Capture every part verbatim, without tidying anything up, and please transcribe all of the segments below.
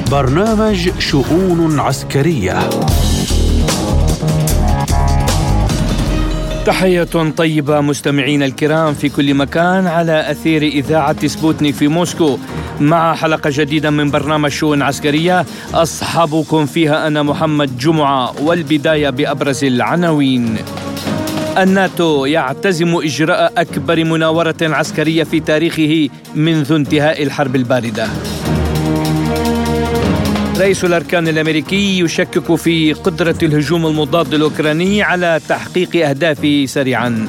برنامج شؤون عسكرية. تحية طيبة مستمعين الكرام في كل مكان على أثير إذاعة سبوتنيك في موسكو، مع حلقة جديدة من برنامج شؤون عسكرية أصحابكم فيها أنا محمد جمعة. والبداية بأبرز العناوين. الناتو يعتزم إجراء أكبر مناورة عسكرية في تاريخه منذ انتهاء الحرب الباردة. رئيس الأركان الأمريكي يشكك في قدرة الهجوم المضاد الأوكراني على تحقيق أهدافه سريعا.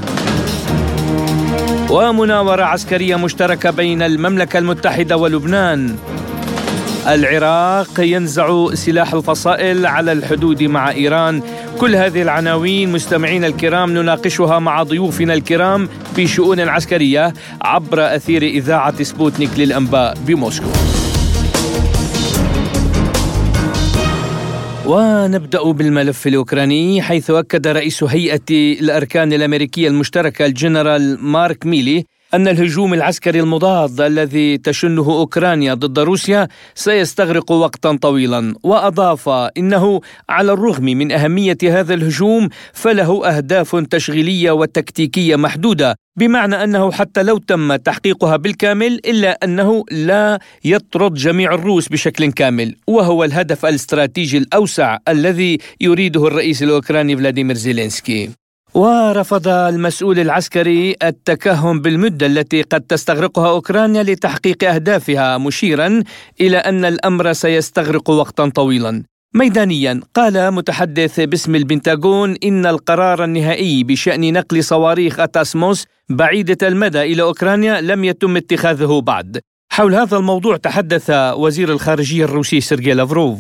ومناورة عسكرية مشتركة بين المملكة المتحدة ولبنان. العراق ينزع سلاح الفصائل على الحدود مع إيران. كل هذه العناوين مستمعين الكرام نناقشها مع ضيوفنا الكرام في شؤون عسكرية عبر أثير إذاعة سبوتنيك للأنباء بموسكو. ونبدأ بالملف الأوكراني، حيث أكد رئيس هيئة الأركان الأمريكية المشتركة الجنرال مارك ميلي أن الهجوم العسكري المضاد الذي تشنه أوكرانيا ضد روسيا سيستغرق وقتا طويلا. وأضاف إنه على الرغم من أهمية هذا الهجوم فله أهداف تشغيلية وتكتيكية محدودة، بمعنى أنه حتى لو تم تحقيقها بالكامل إلا أنه لا يطرد جميع الروس بشكل كامل، وهو الهدف الاستراتيجي الأوسع الذي يريده الرئيس الأوكراني فلاديمير زيلينسكي. ورفض المسؤول العسكري التكهن بالمدة التي قد تستغرقها أوكرانيا لتحقيق أهدافها، مشيرا إلى أن الأمر سيستغرق وقتا طويلا. ميدانيا قال متحدث باسم البنتاغون إن القرار النهائي بشأن نقل صواريخ أتاسموس بعيدة المدى إلى أوكرانيا لم يتم اتخاذه بعد. حول هذا الموضوع تحدث وزير الخارجية الروسي سيرجي لافروف.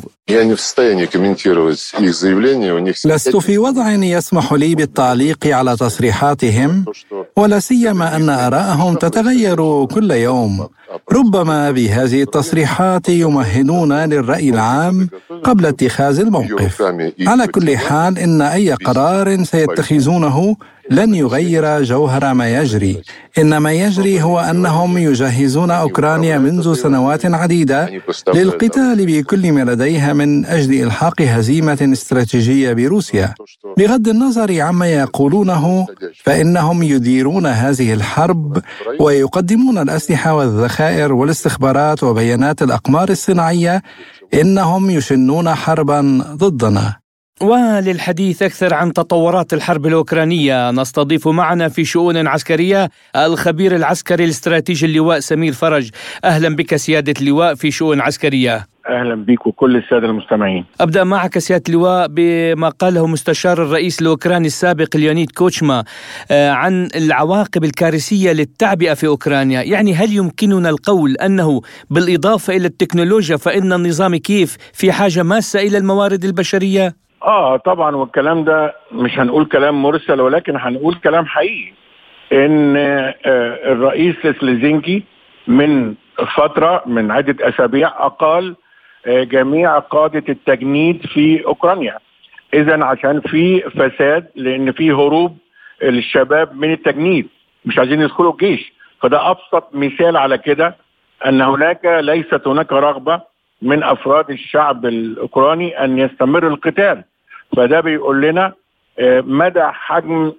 لست في وضع يسمح لي بالتعليق على تصريحاتهم، ولا سيما أن آراءهم تتغير كل يوم. ربما بهذه التصريحات يمهدون للرأي العام قبل اتخاذ الموقف. على كل حال إن أي قرار سيتخذونه لن يغير جوهر ما يجري. إن ما يجري هو أنهم يجهزون أوكرانيا منذ سنوات عديدة للقتال بكل ما لديها من أجل إلحاق هزيمة استراتيجية بروسيا. بغض النظر عما يقولونه فإنهم يديرون هذه الحرب ويقدمون الأسلحة والذخائر والاستخبارات وبيانات الأقمار الصناعية. إنهم يشنون حربا ضدنا. وللحديث أكثر عن تطورات الحرب الأوكرانية نستضيف معنا في شؤون عسكرية الخبير العسكري الاستراتيجي اللواء سمير فرج. أهلا بك سيادة اللواء في شؤون عسكرية. أهلا بك وكل السادة المستمعين. أبدأ معك سيادة اللواء بما قاله مستشار الرئيس الأوكراني السابق ليونيد كوتشما عن العواقب الكارثية للتعبئة في أوكرانيا. يعني هل يمكننا القول أنه بالإضافة إلى التكنولوجيا فإن النظام كيف في حاجة ماسة إلى الموارد البشرية؟ آه طبعا، والكلام ده مش هنقول كلام مرسل ولكن هنقول كلام حقيقي. إن آه الرئيس سليزينكي من فترة من عدة أسابيع أقال آه جميع قادة التجنيد في أوكرانيا. إذن عشان في فساد، لأن في هروب للشباب من التجنيد، مش عايزين يدخلوا الجيش. فده أبسط مثال على كده، أن هناك ليست هناك رغبة من أفراد الشعب الأوكراني أن يستمر القتال. فده بيقول لنا مدى حجم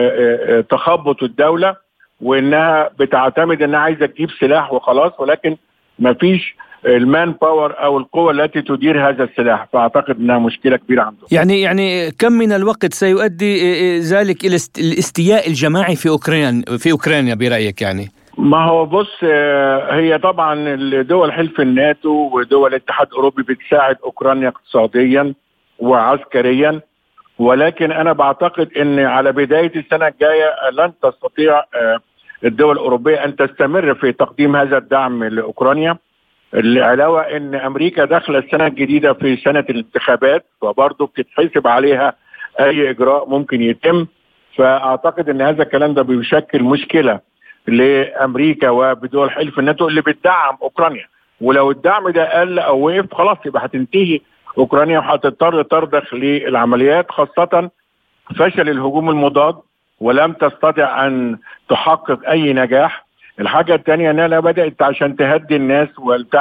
تخبط الدولة، وإنها بتعتمد أنها عايزة تجيب سلاح وخلاص، ولكن ما فيش المان باور أو القوة التي تدير هذا السلاح. فأعتقد أنها مشكلة كبيرة عنده. يعني يعني كم من الوقت سيؤدي ذلك إلى الاستياء الجماعي في أوكرانيا في أوكرانيا برأيك؟ يعني ما هو بص، هي طبعا دول حلف الناتو ودول الاتحاد الأوروبي بتساعد أوكرانيا اقتصاديا وعسكريا، ولكن أنا بعتقد أن على بداية السنة الجاية لن تستطيع الدول الأوروبية أن تستمر في تقديم هذا الدعم لأوكرانيا. العلاوة أن أمريكا داخلة السنة الجديدة في سنة الانتخابات، وبرضه بتتحسب عليها أي إجراء ممكن يتم. فأعتقد أن هذا الكلام ده بيشكل مشكلة لأمريكا وبدول حلف الناتو اللي بتدعم أوكرانيا. ولو الدعم ده قل أو وقف خلاص يبقى هتنتهي أوكرانيا وهتضطر ترضخ للعمليات، خاصة فشل الهجوم المضاد ولم تستطع أن تحقق أي نجاح. الحاجة الثانية أنها بدأت عشان تهدي الناس والبتاع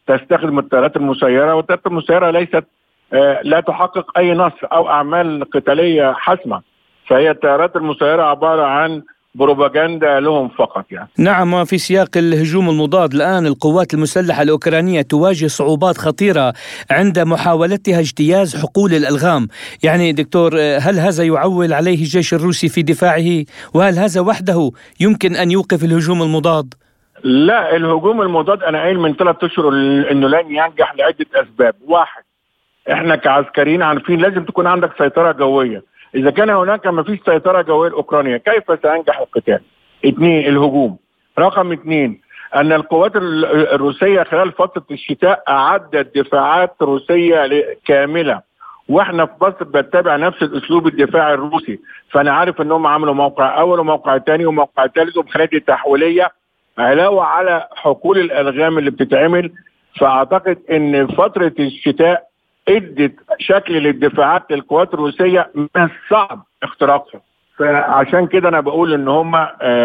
تستخدم الطائرات المسيرة، والطائرات المسيرة ليست لا تحقق أي نصر أو أعمال قتالية حاسمة، فهي الطائرات المسيرة عبارة عن بروباغندا لهم فقط يعني. نعم، وفي سياق الهجوم المضاد الآن القوات المسلحة الأوكرانية تواجه صعوبات خطيرة عند محاولتها اجتياز حقول الألغام. يعني دكتور، هل هذا يعول عليه الجيش الروسي في دفاعه؟ وهل هذا وحده يمكن أن يوقف الهجوم المضاد؟ لا، الهجوم المضاد أنا قايل من ثلاث أشهر إنه لن ينجح لعدة أسباب. واحد، إحنا كعسكريين عارفين لازم تكون عندك سيطرة جوية. إذا كان هناك ما فيش سيطرة جوية الأوكرانية كيف سينجح القتال؟ اثنين، الهجوم. رقم اثنين، أن القوات الروسية خلال فترة الشتاء أعدت دفاعات روسية كاملة، وإحنا في مصر بنتبع نفس الأسلوب الدفاعي الروسي. فأنا عارف أنهم عملوا موقع أول وموقع ثاني وموقع ثالث وبخلال التحويلية علاوة على حقول الألغام اللي بتتعمل. فأعتقد أن فترة الشتاء ادت شكل للدفاعات للقوات الروسية من الصعب اختراقها. فعشان كده انا بقول ان هم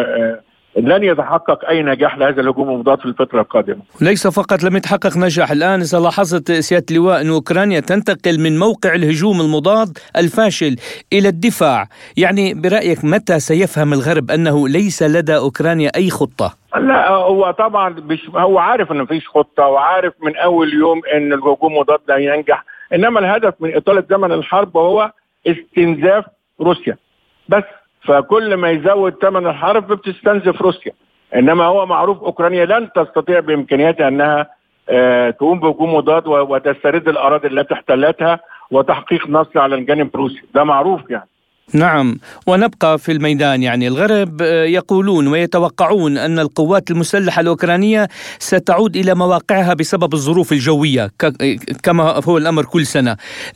لن يتحقق اي نجاح لهذا الهجوم المضاد في الفترة القادمة. ليس فقط لم يتحقق نجاح، الان اذا لاحظت سيادة اللواء ان اوكرانيا تنتقل من موقع الهجوم المضاد الفاشل الى الدفاع. يعني برايك متى سيفهم الغرب انه ليس لدى اوكرانيا اي خطة؟ لا، هو طبعا مش هو عارف ان مفيش خطة، وعارف من اول يوم ان الهجوم المضاد لا ينجح. انما الهدف من اطالة زمن الحرب هو استنزاف روسيا بس. فكل ما يزود ثمن الحرب بتستنزف روسيا. انما هو معروف اوكرانيا لن تستطيع بامكانياتها انها آه تقوم بهجوم مضاد وتسترد الاراضي التي احتلتها وتحقيق نصر على الجانب الروسي، ده معروف يعني. نعم، ونبقى في الميدان. يعني الغرب يقولون ويتوقعون أن القوات المسلحة الأوكرانية ستعود إلى مواقعها بسبب الظروف الجوية كما هو الأمر كل سنة.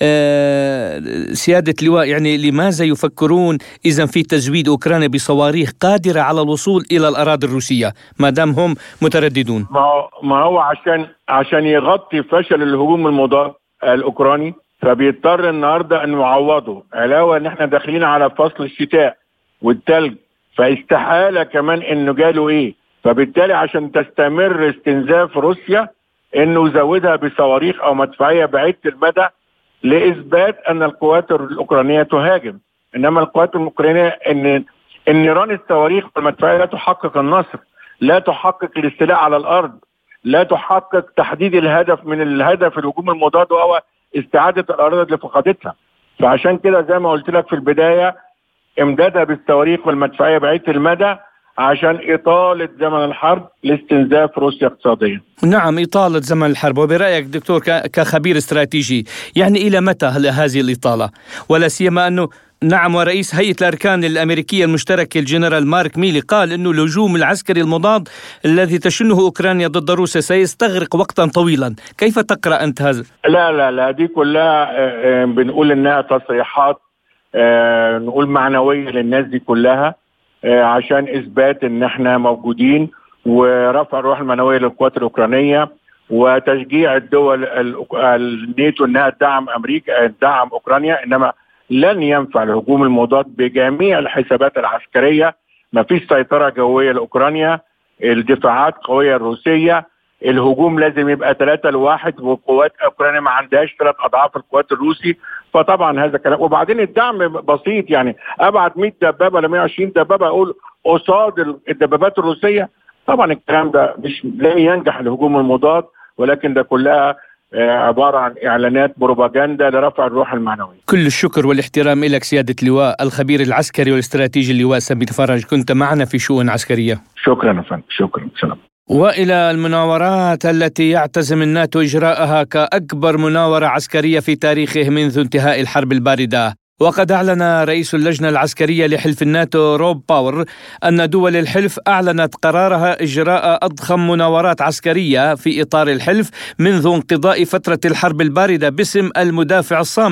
سيادة اللواء، يعني لماذا يفكرون إذن في تزويد أوكرانيا بصواريخ قادرة على الوصول إلى الأراضي الروسية ما دام هم مترددون؟ ما هو عشان عشان يغطي فشل الهجوم المضاد الأوكراني، فبيضطر النهارده ان يعوضه. علاوه ان احنا داخلين على فصل الشتاء والثلج، فاستحاله كمان انه جاله ايه. فبالتالي عشان تستمر استنزاف روسيا انه يزودها بصواريخ او مدفعيه بعيده المدى لاثبات ان القوات الاوكرانيه تهاجم. انما القوات الاوكرانيه ان ان نيران الصواريخ والمدفعيه لا تحقق النصر، لا تحقق الاستيلاء على الارض، لا تحقق تحديد الهدف من الهدف الهجوم المضاد وهو استعادة الأراضي اللي فقدتها. فعشان كده زي ما قلت لك في البداية امدادها بالصواريخ والمدفعية بعيدة المدى عشان إطالة زمن الحرب لاستنزاف روسيا اقتصاديا. نعم، إطالة زمن الحرب. وبرأيك دكتور كخبير استراتيجي، يعني إلى متى هذه الإطالة؟ ولا سيما أنه نعم، ورئيس هيئة الأركان الأمريكية المشتركة الجنرال مارك ميلي قال أنه الهجوم العسكري المضاد الذي تشنه أوكرانيا ضد روسيا سيستغرق وقتا طويلا. كيف تقرأ أنت هذا؟ لا لا لا دي كلها بنقول إنها تصريحات نقول معنوية للناس دي كلها عشان إثبات إن احنا موجودين ورفع الروح المعنوية للقوات الأوكرانية وتشجيع الدول الناتو إنها تدعم أمريكا تدعم أوكرانيا. إنما لن ينفع الهجوم المضاد بجميع الحسابات العسكرية. ما فيش سيطرة جوية لأوكرانيا، الدفاعات قوية الروسية، الهجوم لازم يبقى ثلاثة لواحد، وقوات أوكرانيا ما عندهاش ثلاث أضعاف القوات الروسي. فطبعا هذا كلام. وبعدين الدعم بسيط، يعني أبعت مئة دبابة ل مئة وعشرين دبابة أقول قصاد الدبابات الروسية. طبعا الكلام ده مش لن ينجح الهجوم المضاد، ولكن ده كلها عبارة عن إعلانات بروباغندا لرفع الروح المعنوية. كل الشكر والاحترام لك سيادة اللواء الخبير العسكري والاستراتيجي اللواء سمير فرج، كنت معنا في شؤون عسكرية. شكرا فندم، شكرا. سلام. وإلى المناورات التي يعتزم الناتو إجراءها كأكبر مناورة عسكرية في تاريخه منذ انتهاء الحرب الباردة. وقد أعلن رئيس اللجنة العسكرية لحلف الناتو روب باور أن دول الحلف أعلنت قرارها إجراء أضخم مناورات عسكرية في إطار الحلف منذ انقضاء فترة الحرب الباردة باسم المدافع الصامد،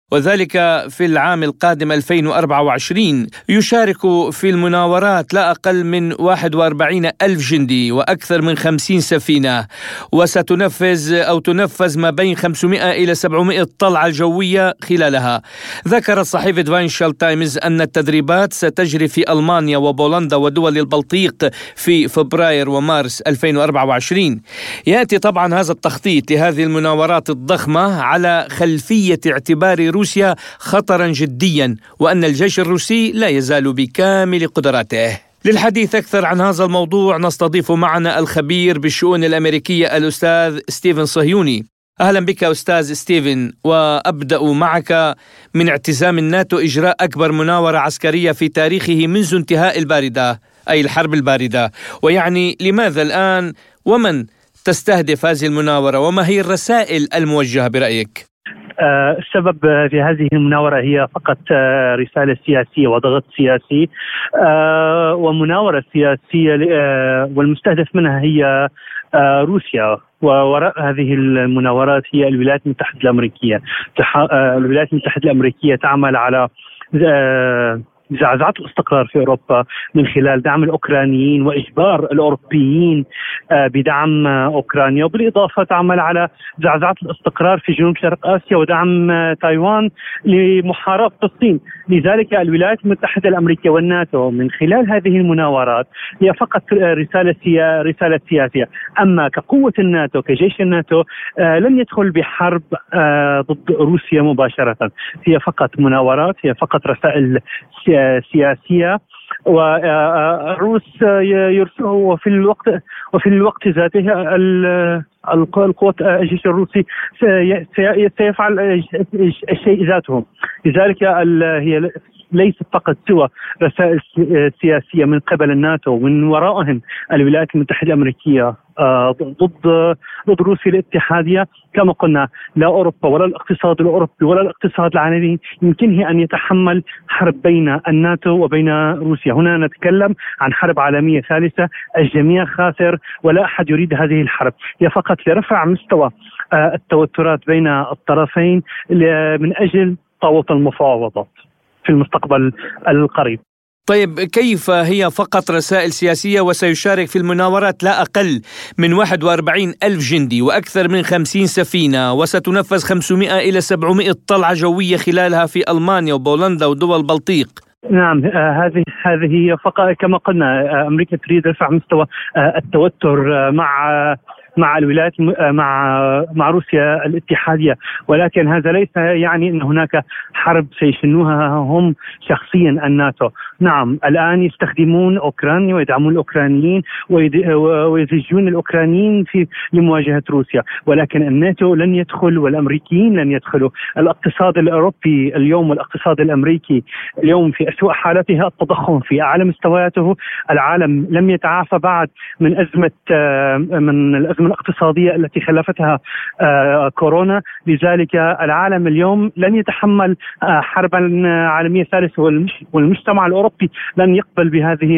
وذلك في العام القادم ألفين وأربعة وعشرين. يشارك في المناورات لا أقل من واحد وأربعين ألف جندي وأكثر من خمسين سفينة، وستنفذ أو تنفذ ما بين خمسمائة إلى سبعمائة طلعة جوية خلالها. ذكرت صحيفة فاينانشال تايمز أن التدريبات ستجري في ألمانيا وبولندا ودول البلطيق في فبراير ومارس ألفين وأربعة وعشرين. يأتي طبعا هذا التخطيط لهذه المناورات الضخمة على خلفية اعتبار روسيا خطرا جديا، وأن الجيش الروسي لا يزال بكامل قدراته. للحديث أكثر عن هذا الموضوع نستضيف معنا الخبير بالشؤون الأمريكية الأستاذ ستيفن صهيوني. أهلا بك أستاذ ستيفن، وأبدأ معك من اعتزام الناتو إجراء أكبر مناورة عسكرية في تاريخه منذ انتهاء الباردة، أي الحرب الباردة، ويعني لماذا الآن ومن تستهدف هذه المناورة وما هي الرسائل الموجهة برأيك؟ آه السبب في هذه المناورة هي فقط آه رسالة سياسية وضغط سياسي آه ومناورة سياسية آه والمستهدف منها هي آه روسيا، ووراء هذه المناورات هي الولايات المتحدة الأمريكية. آه الولايات المتحدة الأمريكية تعمل على آه زعزعة الاستقرار في أوروبا من خلال دعم الأوكرانيين وإجبار الأوروبيين بدعم أوكرانيا، وبالإضافة تعمل على زعزعة الاستقرار في جنوب شرق آسيا ودعم تايوان لمحاربة الصين. لذلك الولايات المتحدة الأمريكية والناتو من خلال هذه المناورات هي فقط رسالة سيا رسالة سياسية. أما كقوة الناتو كجيش الناتو لن يدخل بحرب ضد روسيا مباشرة، هي فقط مناورات، هي فقط رسائل سياسية. والروس يرسلوا وفي الوقت وفي الوقت ذاته القوات الجيش الروسي سيفعل الشيء ذاتهم. لذلك هي ليست فقط سوى رسائل سياسية من قبل الناتو، ومن ورائهم الولايات المتحدة الأمريكية ضد ضد روسيا الاتحادية. كما قلنا لا أوروبا ولا الاقتصاد الأوروبي ولا الاقتصاد العالمي يمكنه أن يتحمل حرب بين الناتو وبين روسيا. هنا نتكلم عن حرب عالمية ثالثة، الجميع خاسر ولا أحد يريد هذه الحرب. هي فقط لرفع مستوى التوترات بين الطرفين من أجل طاولة المفاوضات في المستقبل القريب. طيب كيف هي فقط رسائل سياسية وسيشارك في المناورات لا أقل من واحد وأربعين ألف جندي وأكثر من خمسين سفينة، وستنفذ خمسمائة إلى سبعمائة طلعة جوية خلالها في ألمانيا وبولندا ودول البلطيق؟ نعم، آه هذه هذه هي فقط كما قلنا آه أمريكا تريد رفع مستوى آه التوتر آه مع آه مع الولايات مع مع روسيا الاتحادية، ولكن هذا ليس يعني أن هناك حرب سيشنوها هم شخصيا الناتو. نعم الآن يستخدمون أوكرانيا ويدعمون الأوكرانيين ويزجون الأوكرانيين في لمواجهة روسيا، ولكن الناتو لن يدخل والأمريكيين لن يدخلوا. الاقتصاد الأوروبي اليوم والاقتصاد الأمريكي اليوم في أسوأ حالته، التضخم في أعلى مستوياته، العالم لم يتعافى بعد من أزمة من الأزمة الاقتصادية التي خلفتها آه كورونا. لذلك العالم اليوم لن يتحمل آه حربا عالمية ثالثة، والمجتمع الأوروبي لن يقبل بهذه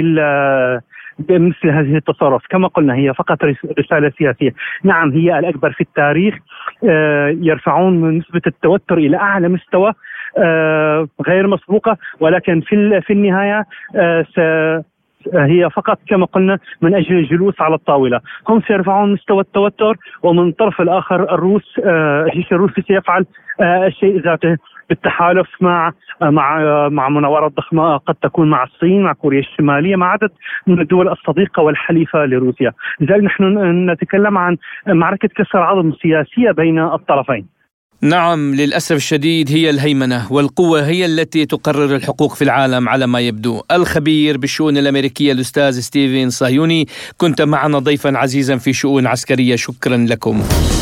بمثل هذه التصرف. كما قلنا هي فقط رسالة سياسية. نعم هي الأكبر في التاريخ، آه يرفعون من نسبة التوتر إلى أعلى مستوى آه غير مسبوقة، ولكن في في النهاية آه هي فقط كما قلنا من أجل الجلوس على الطاولة. هم سيرفعون مستوى التوتر، ومن الطرف الآخر الروس الجيش الروسي سيفعل الشيء ذاته بالتحالف مع مع مع مناورات ضخمة قد تكون مع الصين، مع كوريا الشمالية، مع عدد من الدول الصديقة والحليفة لروسيا. لذلك نحن نتكلم عن معركة كسر عظم سياسية بين الطرفين. نعم للأسف الشديد هي الهيمنة والقوة هي التي تقرر الحقوق في العالم على ما يبدو. الخبير بالشؤون الأمريكية الأستاذ ستيفن صهيوني، كنت معنا ضيفا عزيزا في شؤون عسكرية، شكرا لكم.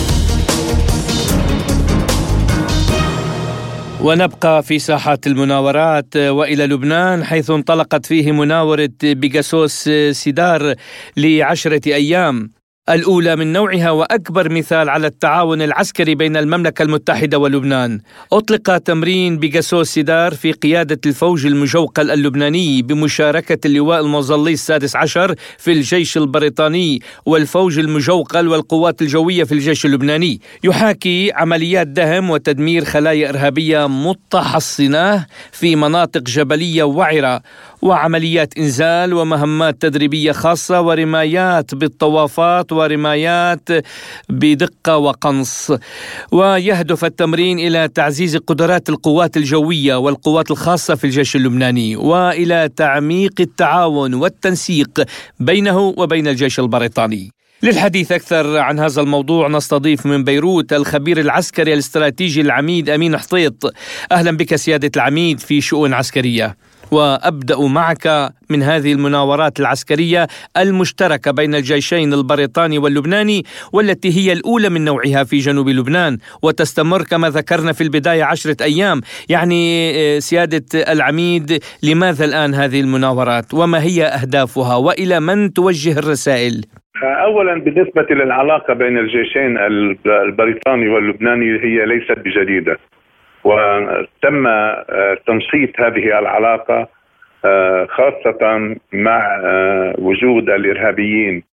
ونبقى في ساحات المناورات وإلى لبنان، حيث انطلقت فيه مناورة بيغاسوس سيدار لعشرة أيام. الأولى من نوعها وأكبر مثال على التعاون العسكري بين المملكة المتحدة ولبنان. أطلق تمرين بيغاسو سيدار في قيادة الفوج المجوقل اللبناني بمشاركة اللواء المظلي السادس عشر في الجيش البريطاني والفوج المجوقل والقوات الجوية في الجيش اللبناني، يحاكي عمليات دهم وتدمير خلايا إرهابية متحصنة في مناطق جبلية وعرة، وعمليات إنزال ومهمات تدريبية خاصة ورمايات بالطوافات ورمايات بدقة وقنص. ويهدف التمرين إلى تعزيز قدرات القوات الجوية والقوات الخاصة في الجيش اللبناني، وإلى تعميق التعاون والتنسيق بينه وبين الجيش البريطاني. للحديث أكثر عن هذا الموضوع نستضيف من بيروت الخبير العسكري الاستراتيجي العميد أمين حطيط. أهلا بك سيادة العميد في شؤون عسكرية. وأبدأ معك من هذه المناورات العسكرية المشتركة بين الجيشين البريطاني واللبناني، والتي هي الأولى من نوعها في جنوب لبنان وتستمر كما ذكرنا في البداية عشرة أيام. يعني سيادة العميد، لماذا الآن هذه المناورات وما هي أهدافها وإلى من توجه الرسائل؟ أولا بالنسبة للعلاقة بين الجيشين البريطاني واللبناني هي ليست بجديدة، وتم تنشيط هذه العلاقة خاصة مع وجود الإرهابيين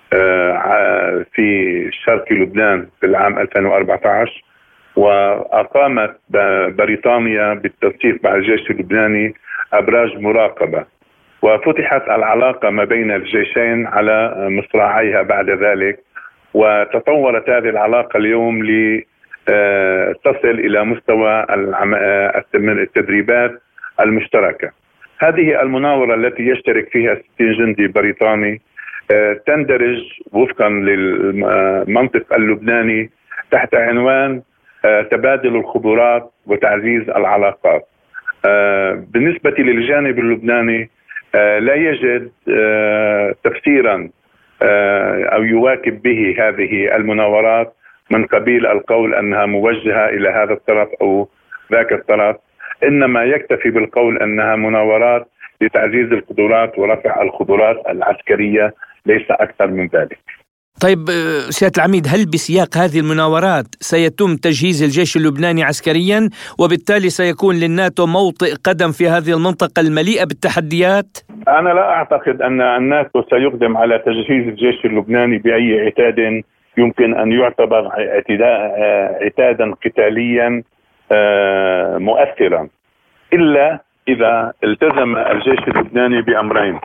في شرق لبنان في العام ألفين وأربعة عشر، وأقامت بريطانيا بالتنسيق مع الجيش اللبناني أبراج مراقبة، وفتحت العلاقة ما بين الجيشين على مصراعيها بعد ذلك، وتطورت هذه العلاقة اليوم ل تصل إلى مستوى التدريبات المشتركة. هذه المناورة التي يشترك فيها ستين جندي بريطاني تندرج وفقا للمنطق اللبناني تحت عنوان تبادل الخبرات وتعزيز العلاقات. بالنسبة للجانب اللبناني لا يجد تفسيرا أو يواكب به هذه المناورات من قبيل القول أنها موجهة إلى هذا الطرف أو ذاك الطرف، إنما يكتفي بالقول أنها مناورات لتعزيز القدرات ورفع القدرات العسكرية، ليس أكثر من ذلك. طيب سيادة العميد، هل بسياق هذه المناورات سيتم تجهيز الجيش اللبناني عسكريا، وبالتالي سيكون للناتو موطئ قدم في هذه المنطقة المليئة بالتحديات؟ أنا لا أعتقد أن الناتو سيقدم على تجهيز الجيش اللبناني بأي عتاد يمكن أن يعتبر عتادا قتاليا مؤثرا، إلا إذا التزم الجيش اللبناني بأمرين.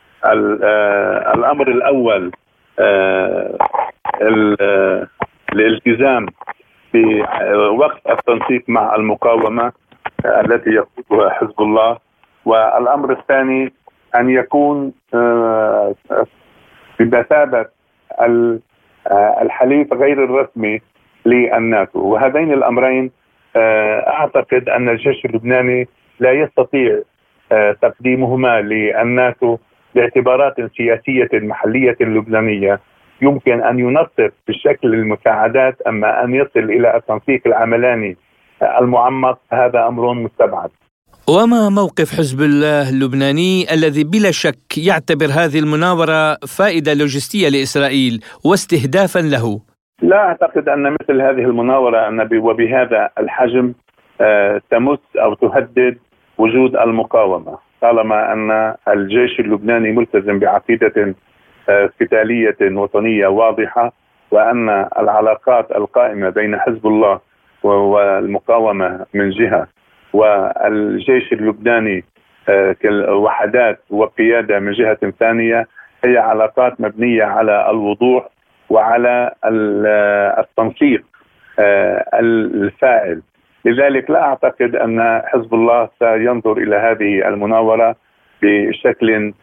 الأمر الأول الالتزام بوقت التنسيق مع المقاومة التي يقودها حزب الله، والأمر الثاني أن يكون بمثابة الحليف غير الرسمي للناتو. وهذين الأمرين أعتقد أن الجيش اللبناني لا يستطيع تقديمهما للناتو باعتبارات سياسية محلية لبنانية يمكن أن ينصف بشكل المساعدات، أما أن يصل إلى التنسيق العملاني المعمق هذا أمر مستبعد. وما موقف حزب الله اللبناني الذي بلا شك يعتبر هذه المناورة فائدة لوجستية لإسرائيل واستهدافا له؟ لا أعتقد أن مثل هذه المناورة وبهذا الحجم تمس أو تهدد وجود المقاومة، طالما أن الجيش اللبناني ملتزم بعقيدة قتالية وطنية واضحة، وأن العلاقات القائمة بين حزب الله والمقاومة من جهة والجيش اللبناني كوحدات وقيادة من جهة ثانية هي علاقات مبنية على الوضوح وعلى التنسيق الفاعل. لذلك لا أعتقد أن حزب الله سينظر إلى هذه المناورة بشكل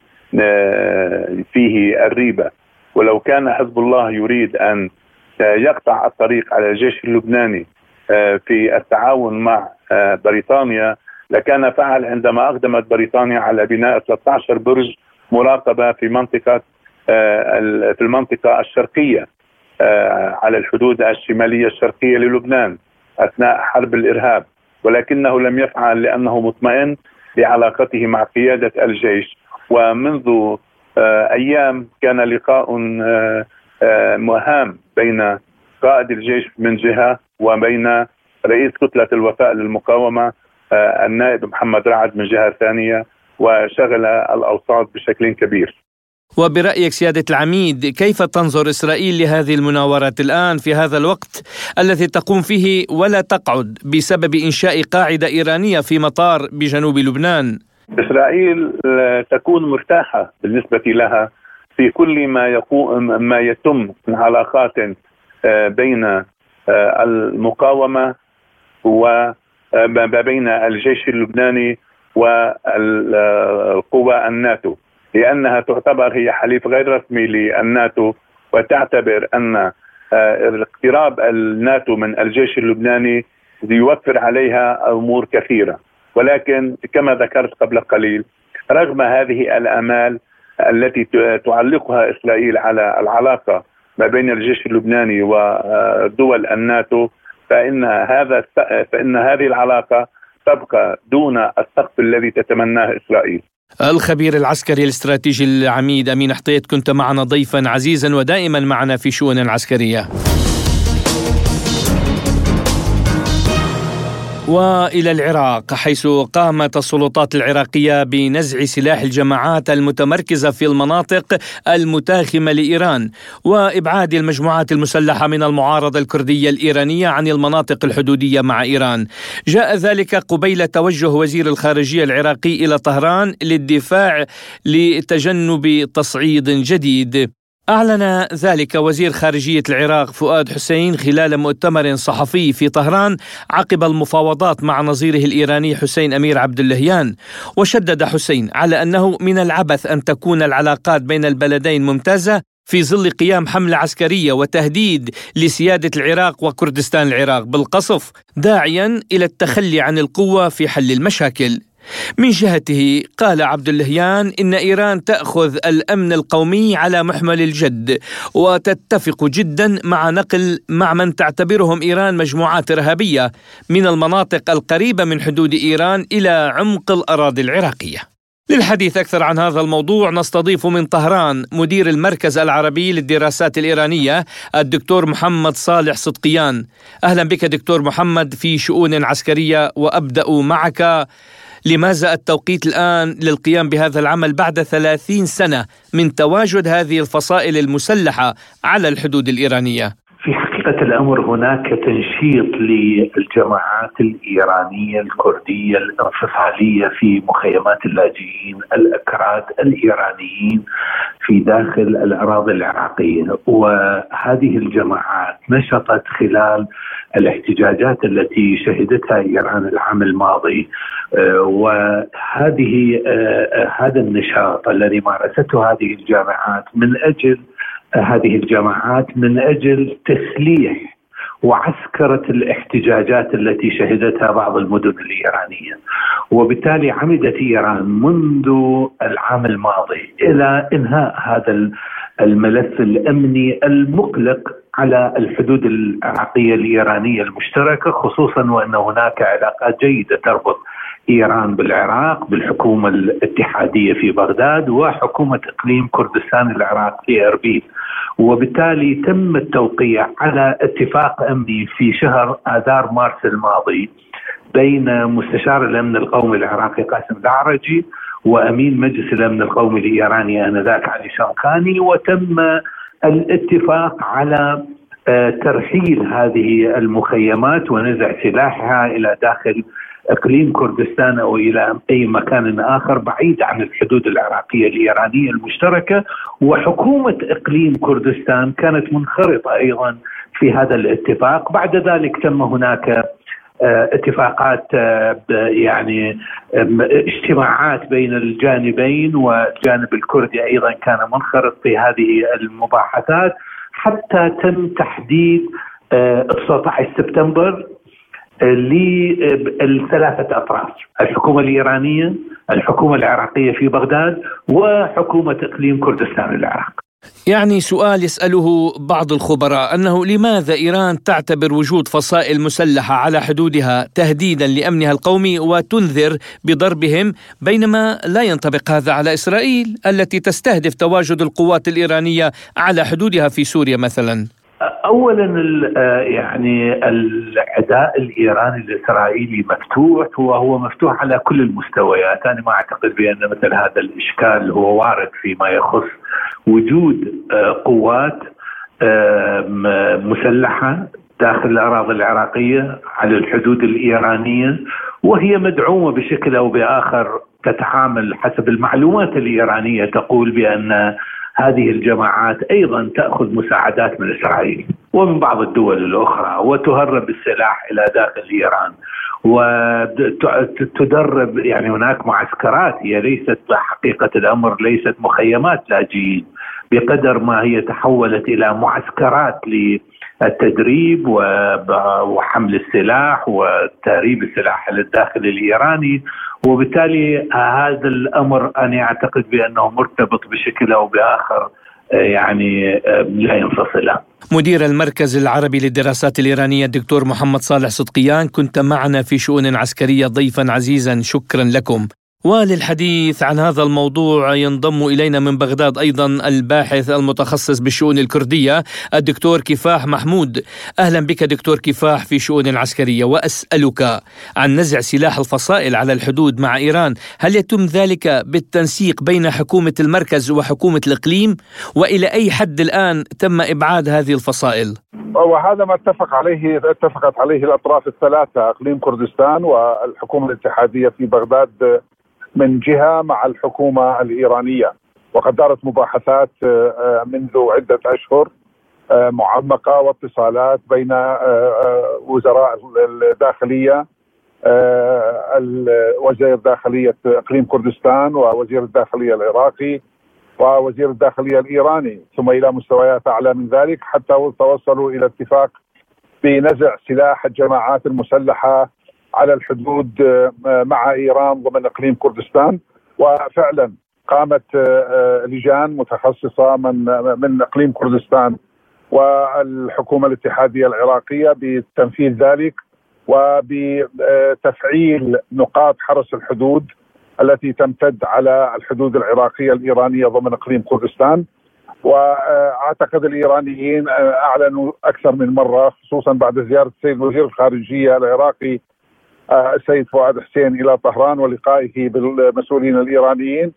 فيه الريبة، ولو كان حزب الله يريد أن يقطع الطريق على الجيش اللبناني في التعاون مع بريطانيا لكان فعل عندما أقدمت بريطانيا على بناء ثلاثة عشر برج مراقبة في منطقة في المنطقة الشرقية على الحدود الشمالية الشرقية للبنان أثناء حرب الإرهاب، ولكنه لم يفعل لأنه مطمئن بعلاقته مع قيادة الجيش. ومنذ أيام كان لقاء مهام بين قائد الجيش من جهة وبين رئيس كتلة الوفاء للمقاومة النائب محمد رعد من جهة ثانية، وشغل الأوساط بشكل كبير. وبرأيك سيادة العميد، كيف تنظر إسرائيل لهذه المناورات الآن في هذا الوقت الذي تقوم فيه ولا تقعد بسبب إنشاء قاعدة إيرانية في مطار بجنوب لبنان؟ إسرائيل تكون مرتاحة بالنسبة لها في كل ما يقوم ما يتم من علاقات بين المقاومة وبين الجيش اللبناني والقوى الناتو، لأنها تعتبر هي حليف غير رسمي للناتو، وتعتبر أن اقتراب الناتو من الجيش اللبناني يوفر عليها أمور كثيرة. ولكن كما ذكرت قبل قليل، رغم هذه الآمال التي تعلقها إسرائيل على العلاقة ما بين الجيش اللبناني ودول الناتو، فإن هذا فإن هذه العلاقة تبقى دون السقف الذي تتمناه إسرائيل. الخبير العسكري الاستراتيجي العميد أمين حطيت، كنت معنا ضيفا عزيزا ودائما معنا في شؤون عسكرية. وإلى العراق، حيث قامت السلطات العراقية بنزع سلاح الجماعات المتمركزة في المناطق المتاخمة لإيران، وإبعاد المجموعات المسلحة من المعارضة الكردية الإيرانية عن المناطق الحدودية مع إيران. جاء ذلك قبيل توجه وزير الخارجية العراقي إلى طهران للدفاع لتجنب تصعيد جديد. أعلن ذلك وزير خارجية العراق فؤاد حسين خلال مؤتمر صحفي في طهران عقب المفاوضات مع نظيره الإيراني حسين أمير عبد اللهيان. وشدد حسين على أنه من العبث أن تكون العلاقات بين البلدين ممتازة في ظل قيام حملة عسكرية وتهديد لسيادة العراق وكردستان العراق بالقصف، داعيا إلى التخلي عن القوة في حل المشاكل. من جهته قال عبد اللهيان إن إيران تأخذ الأمن القومي على محمل الجد، وتتفق جدا مع نقل مع من تعتبرهم إيران مجموعات إرهابية من المناطق القريبة من حدود إيران إلى عمق الأراضي العراقية. للحديث أكثر عن هذا الموضوع نستضيف من طهران مدير المركز العربي للدراسات الإيرانية الدكتور محمد صالح صدقيان. أهلا بك دكتور محمد في شؤون عسكرية، وأبدأ معك. لماذا التوقيت الآن للقيام بهذا العمل بعد ثلاثين سنة من تواجد هذه الفصائل المسلحة على الحدود الإيرانية؟ في حقيقة الأمر هناك تنشيط للجماعات الإيرانية الكردية الانفصالية في مخيمات اللاجئين الأكراد الإيرانيين في داخل الأراضي العراقية، وهذه الجماعات نشطت خلال الاحتجاجات التي شهدتها إيران العام الماضي. وهذه هذا النشاط الذي مارسته هذه الجماعات من أجل هذه الجماعات من أجل تسليح وعسكرة الاحتجاجات التي شهدتها بعض المدن الإيرانية. وبالتالي عمدت إيران منذ العام الماضي إلى إنهاء هذا الملف الأمني المقلق على الحدود العراقية الإيرانية المشتركة، خصوصا وأن هناك علاقات جيدة تربط إيران بالعراق بالحكومة الاتحادية في بغداد وحكومة إقليم كردستان العراق في أربيل. وبالتالي تم التوقيع على اتفاق أمني في شهر آذار مارس الماضي بين مستشار الأمن القومي العراقي قاسم العرجي وأمين مجلس الأمن القومي الإيراني آنذاك علي شامخاني، وتم الاتفاق على ترحيل هذه المخيمات ونزع سلاحها إلى داخل إقليم كردستان أو إلى أي مكان آخر بعيد عن الحدود العراقية الإيرانية المشتركة. وحكومة إقليم كردستان كانت منخرطة أيضا في هذا الاتفاق. بعد ذلك تم هناك اتفاقات يعني اجتماعات بين الجانبين، والجانب الكردي أيضا كان منخرط في هذه المباحثات حتى تم تحديد تسعة عشر سبتمبر للثلاثة أطراف: الحكومة الإيرانية، الحكومة العراقية في بغداد، وحكومة إقليم كردستان العراق. يعني سؤال يسأله بعض الخبراء أنه لماذا إيران تعتبر وجود فصائل مسلحة على حدودها تهديدا لأمنها القومي وتنذر بضربهم، بينما لا ينطبق هذا على إسرائيل التي تستهدف تواجد القوات الإيرانية على حدودها في سوريا مثلا؟ اولا يعني العداء الايراني الاسرائيلي مفتوح، وهو مفتوح على كل المستويات. انا ما اعتقد بان مثل هذا الاشكال هو وارد فيما يخص وجود قوات مسلحه داخل الاراضي العراقيه على الحدود الايرانيه، وهي مدعومه بشكل او باخر، تتعامل حسب المعلومات الايرانيه تقول بان هذه الجماعات أيضا تأخذ مساعدات من إسرائيل ومن بعض الدول الأخرى، وتهرب السلاح إلى داخل إيران وتدرب. يعني هناك معسكرات، هي ليست حقيقة الأمر ليست مخيمات لاجئين، بقدر ما هي تحولت إلى معسكرات للتدريب وحمل السلاح وتهريب السلاح للداخل الإيراني. وبالتالي هذا الأمر أنا أعتقد بأنه مرتبط بشكل أو بآخر، يعني لا ينفصل. مدير المركز العربي للدراسات الإيرانية الدكتور محمد صالح صدقيان، كنت معنا في شؤون عسكرية ضيفا عزيزا، شكرا لكم. وللحديث عن هذا الموضوع ينضم إلينا من بغداد أيضا الباحث المتخصص بالشؤون الكردية الدكتور كفاح محمود. أهلا بك دكتور كفاح في شؤون العسكرية، وأسألك عن نزع سلاح الفصائل على الحدود مع إيران. هل يتم ذلك بالتنسيق بين حكومة المركز وحكومة الإقليم؟ وإلى أي حد الآن تم إبعاد هذه الفصائل؟ وهذا ما اتفق عليه اتفقت عليه الأطراف الثلاثة، إقليم كردستان والحكومة الاتحادية في بغداد من جهة مع الحكومة الإيرانية، وقد دارت مباحثات منذ عدة أشهر معمقة واتصالات بين وزراء الداخلية، وزير داخلية إقليم كردستان ووزير الداخلية العراقي ووزير الداخلية الإيراني، ثم إلى مستويات أعلى من ذلك، حتى توصلوا إلى اتفاق بنزع سلاح الجماعات المسلحة على الحدود مع إيران ضمن إقليم كردستان. وفعلا قامت لجان متخصصة من من إقليم كردستان والحكومة الاتحادية العراقية بتنفيذ ذلك وبتفعيل نقاط حرس الحدود التي تمتد على الحدود العراقية الإيرانية ضمن إقليم كردستان. وأعتقد الإيرانيين أعلنوا أكثر من مرة، خصوصا بعد زيارة السيد وزير الخارجية العراقي السيد فؤاد حسين إلى طهران ولقائه بالمسؤولين الإيرانيين،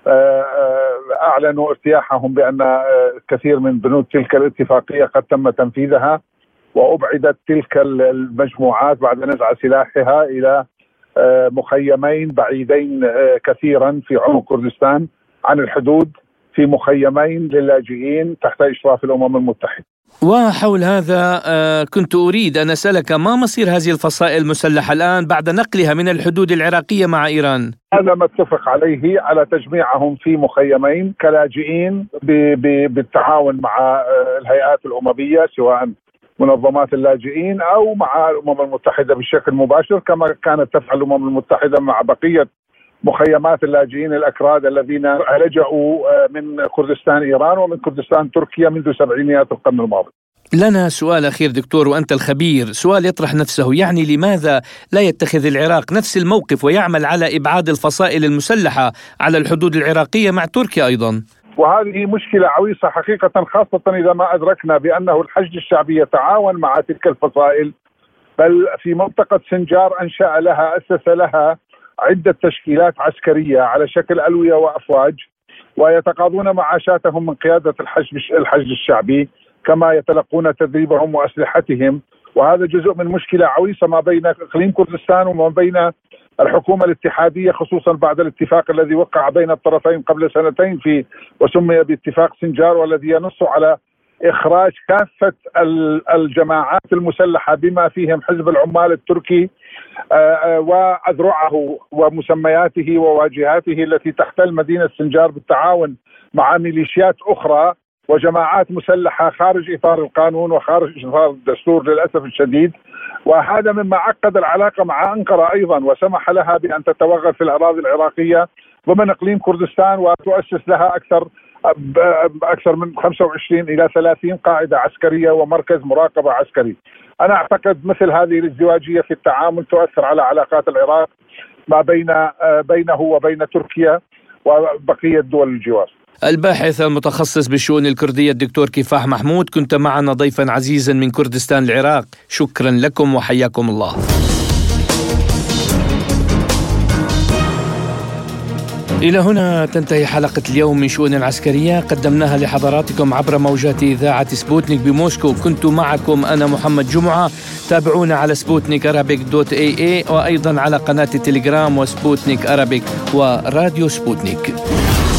أعلنوا ارتياحهم بأن كثير من بنود تلك الاتفاقية قد تم تنفيذها، وأبعدت تلك المجموعات بعد نزع سلاحها إلى مخيمين بعيدين كثيرا في عمق كردستان عن الحدود، في مخيمين للاجئين تحت إشراف الأمم المتحدة. وحول هذا كنت أريد أن أسألك، ما مصير هذه الفصائل المسلحة الآن بعد نقلها من الحدود العراقية مع إيران؟ هذا ما اتفق عليه، على تجميعهم في مخيمين كلاجئين بالتعاون مع الهيئات الأممية، سواء منظمات اللاجئين أو مع الأمم المتحدة بشكل مباشر، كما كانت تفعل الأمم المتحدة مع بقية مخيمات اللاجئين الأكراد الذين لجأوا من كردستان إيران ومن كردستان تركيا منذ سبعينيات القرن الماضي. لنا سؤال أخير دكتور وأنت الخبير، سؤال يطرح نفسه، يعني لماذا لا يتخذ العراق نفس الموقف ويعمل على إبعاد الفصائل المسلحة على الحدود العراقية مع تركيا أيضا؟ وهذه مشكلة عويصة حقيقة، خاصة إذا ما أدركنا بأنه الحشد الشعبي يتعاون مع تلك الفصائل، بل في منطقة سنجار أنشأ لها أسس لها عدة تشكيلات عسكرية على شكل ألوية وأفواج، ويتقاضون معاشاتهم من قيادة الحشد الحشد الشعبي، كما يتلقون تدريبهم وأسلحتهم. وهذا جزء من مشكلة عويصة ما بين إقليم كردستان وما بين الحكومة الاتحادية، خصوصا بعد الاتفاق الذي وقع بين الطرفين قبل سنتين في وسمي باتفاق سنجار، والذي ينص على إخراج كافة الجماعات المسلحة بما فيهم حزب العمال التركي وأذرعه ومسمياته وواجهاته التي تحتل مدينة سنجار بالتعاون مع ميليشيات أخرى وجماعات مسلحة خارج إطار القانون وخارج إطار الدستور للأسف الشديد. وهذا مما عقد العلاقة مع أنقرة أيضا، وسمح لها بأن تتوغل في الأراضي العراقية ضمن إقليم كردستان وتؤسس لها أكثر أكثر من خمسة وعشرين إلى ثلاثين قاعدة عسكرية ومركز مراقبة عسكري. أنا أعتقد مثل هذه الازدواجية في التعامل تؤثر على علاقات العراق ما بين بينه وبين تركيا وبقية دول الجوار. الباحث المتخصص بالشؤون الكردية الدكتور كفاح محمود، كنت معنا ضيفا عزيزا من كردستان العراق، شكرا لكم وحياكم الله. إلى هنا تنتهي حلقة اليوم من شؤون العسكرية، قدمناها لحضراتكم عبر موجات إذاعة سبوتنيك بموسكو. كنت معكم أنا محمد جمعة. تابعونا على سبوتنيك أرابيك دوت اي اي وأيضا على قناة التليجرام وسبوتنيك أرابيك وراديو سبوتنيك.